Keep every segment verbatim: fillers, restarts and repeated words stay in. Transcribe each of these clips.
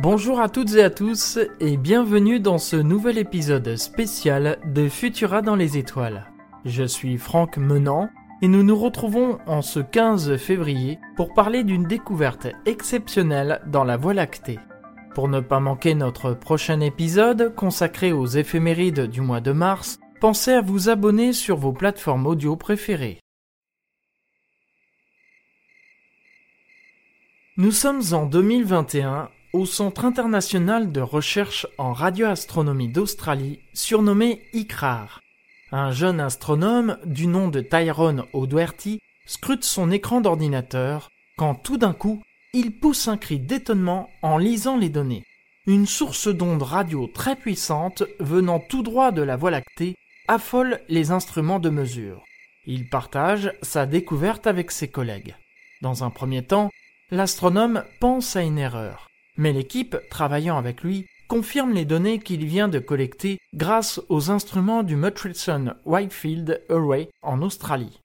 Bonjour à toutes et à tous et bienvenue dans ce nouvel épisode spécial de Futura dans les étoiles. Je suis Franck Menant et nous nous retrouvons en ce quinze février pour parler d'une découverte exceptionnelle dans la Voie lactée. Pour ne pas manquer notre prochain épisode consacré aux éphémérides du mois de mars, pensez à vous abonner sur vos plateformes audio préférées. Nous sommes en deux mille vingt et un au Centre international de recherche en radioastronomie d'Australie, surnommé I C R A R. Un jeune astronome du nom de Tyrone O'Doherty scrute son écran d'ordinateur quand tout d'un coup, il pousse un cri d'étonnement en lisant les données. Une source d'ondes radio très puissante venant tout droit de la Voie lactée affole les instruments de mesure. Il partage sa découverte avec ses collègues. Dans un premier temps, l'astronome pense à une erreur. Mais l'équipe, travaillant avec lui, confirme les données qu'il vient de collecter grâce aux instruments du Murchison-Whitefield Array en Australie.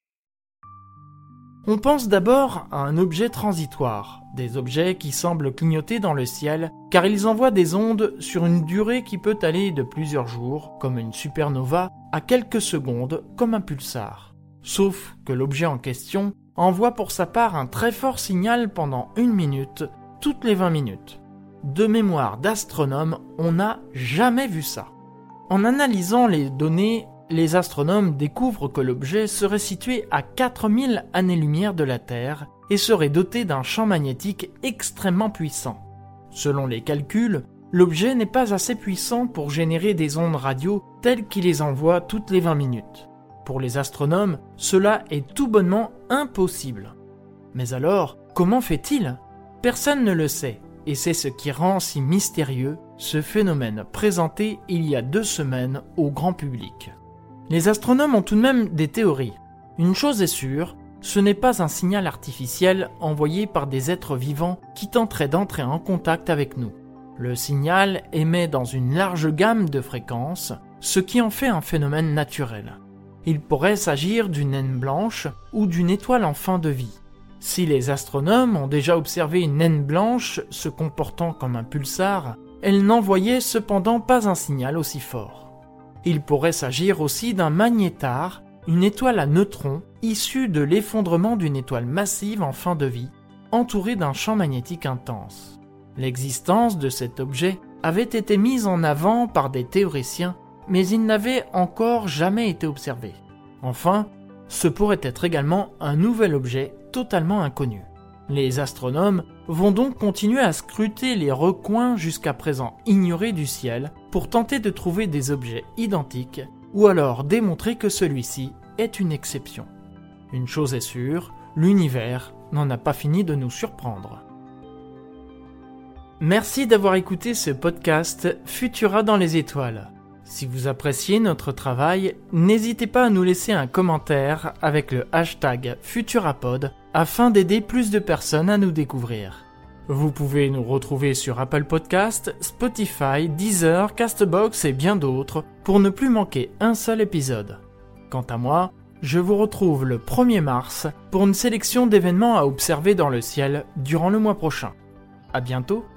On pense d'abord à un objet transitoire, des objets qui semblent clignoter dans le ciel car ils envoient des ondes sur une durée qui peut aller de plusieurs jours, comme une supernova, à quelques secondes, comme un pulsar. Sauf que l'objet en question envoie pour sa part un très fort signal pendant une minute, toutes les vingt minutes. De mémoire d'astronome, on n'a jamais vu ça. En analysant les données, les astronomes découvrent que l'objet serait situé à quatre mille années-lumière de la Terre et serait doté d'un champ magnétique extrêmement puissant. Selon les calculs, l'objet n'est pas assez puissant pour générer des ondes radio telles qu'il les envoie toutes les vingt minutes. Pour les astronomes, cela est tout bonnement impossible. Mais alors, comment fait-il ? Personne ne le sait, et c'est ce qui rend si mystérieux ce phénomène présenté il y a deux semaines au grand public. Les astronomes ont tout de même des théories. Une chose est sûre, ce n'est pas un signal artificiel envoyé par des êtres vivants qui tenteraient d'entrer en contact avec nous. Le signal émet dans une large gamme de fréquences, ce qui en fait un phénomène naturel. Il pourrait s'agir d'une naine blanche ou d'une étoile en fin de vie. Si les astronomes ont déjà observé une naine blanche se comportant comme un pulsar, elle n'envoyait cependant pas un signal aussi fort. Il pourrait s'agir aussi d'un magnétar, une étoile à neutrons issue de l'effondrement d'une étoile massive en fin de vie, entourée d'un champ magnétique intense. L'existence de cet objet avait été mise en avant par des théoriciens, mais il n'avait encore jamais été observé. Enfin, ce pourrait être également un nouvel objet totalement inconnu. Les astronomes vont donc continuer à scruter les recoins jusqu'à présent ignorés du ciel pour tenter de trouver des objets identiques ou alors démontrer que celui-ci est une exception. Une chose est sûre, l'univers n'en a pas fini de nous surprendre. Merci d'avoir écouté ce podcast Futura dans les étoiles. Si vous appréciez notre travail, n'hésitez pas à nous laisser un commentaire avec le hashtag Futurapod afin d'aider plus de personnes à nous découvrir. Vous pouvez nous retrouver sur Apple Podcasts, Spotify, Deezer, Castbox et bien d'autres pour ne plus manquer un seul épisode. Quant à moi, je vous retrouve le premier mars pour une sélection d'événements à observer dans le ciel durant le mois prochain. À bientôt!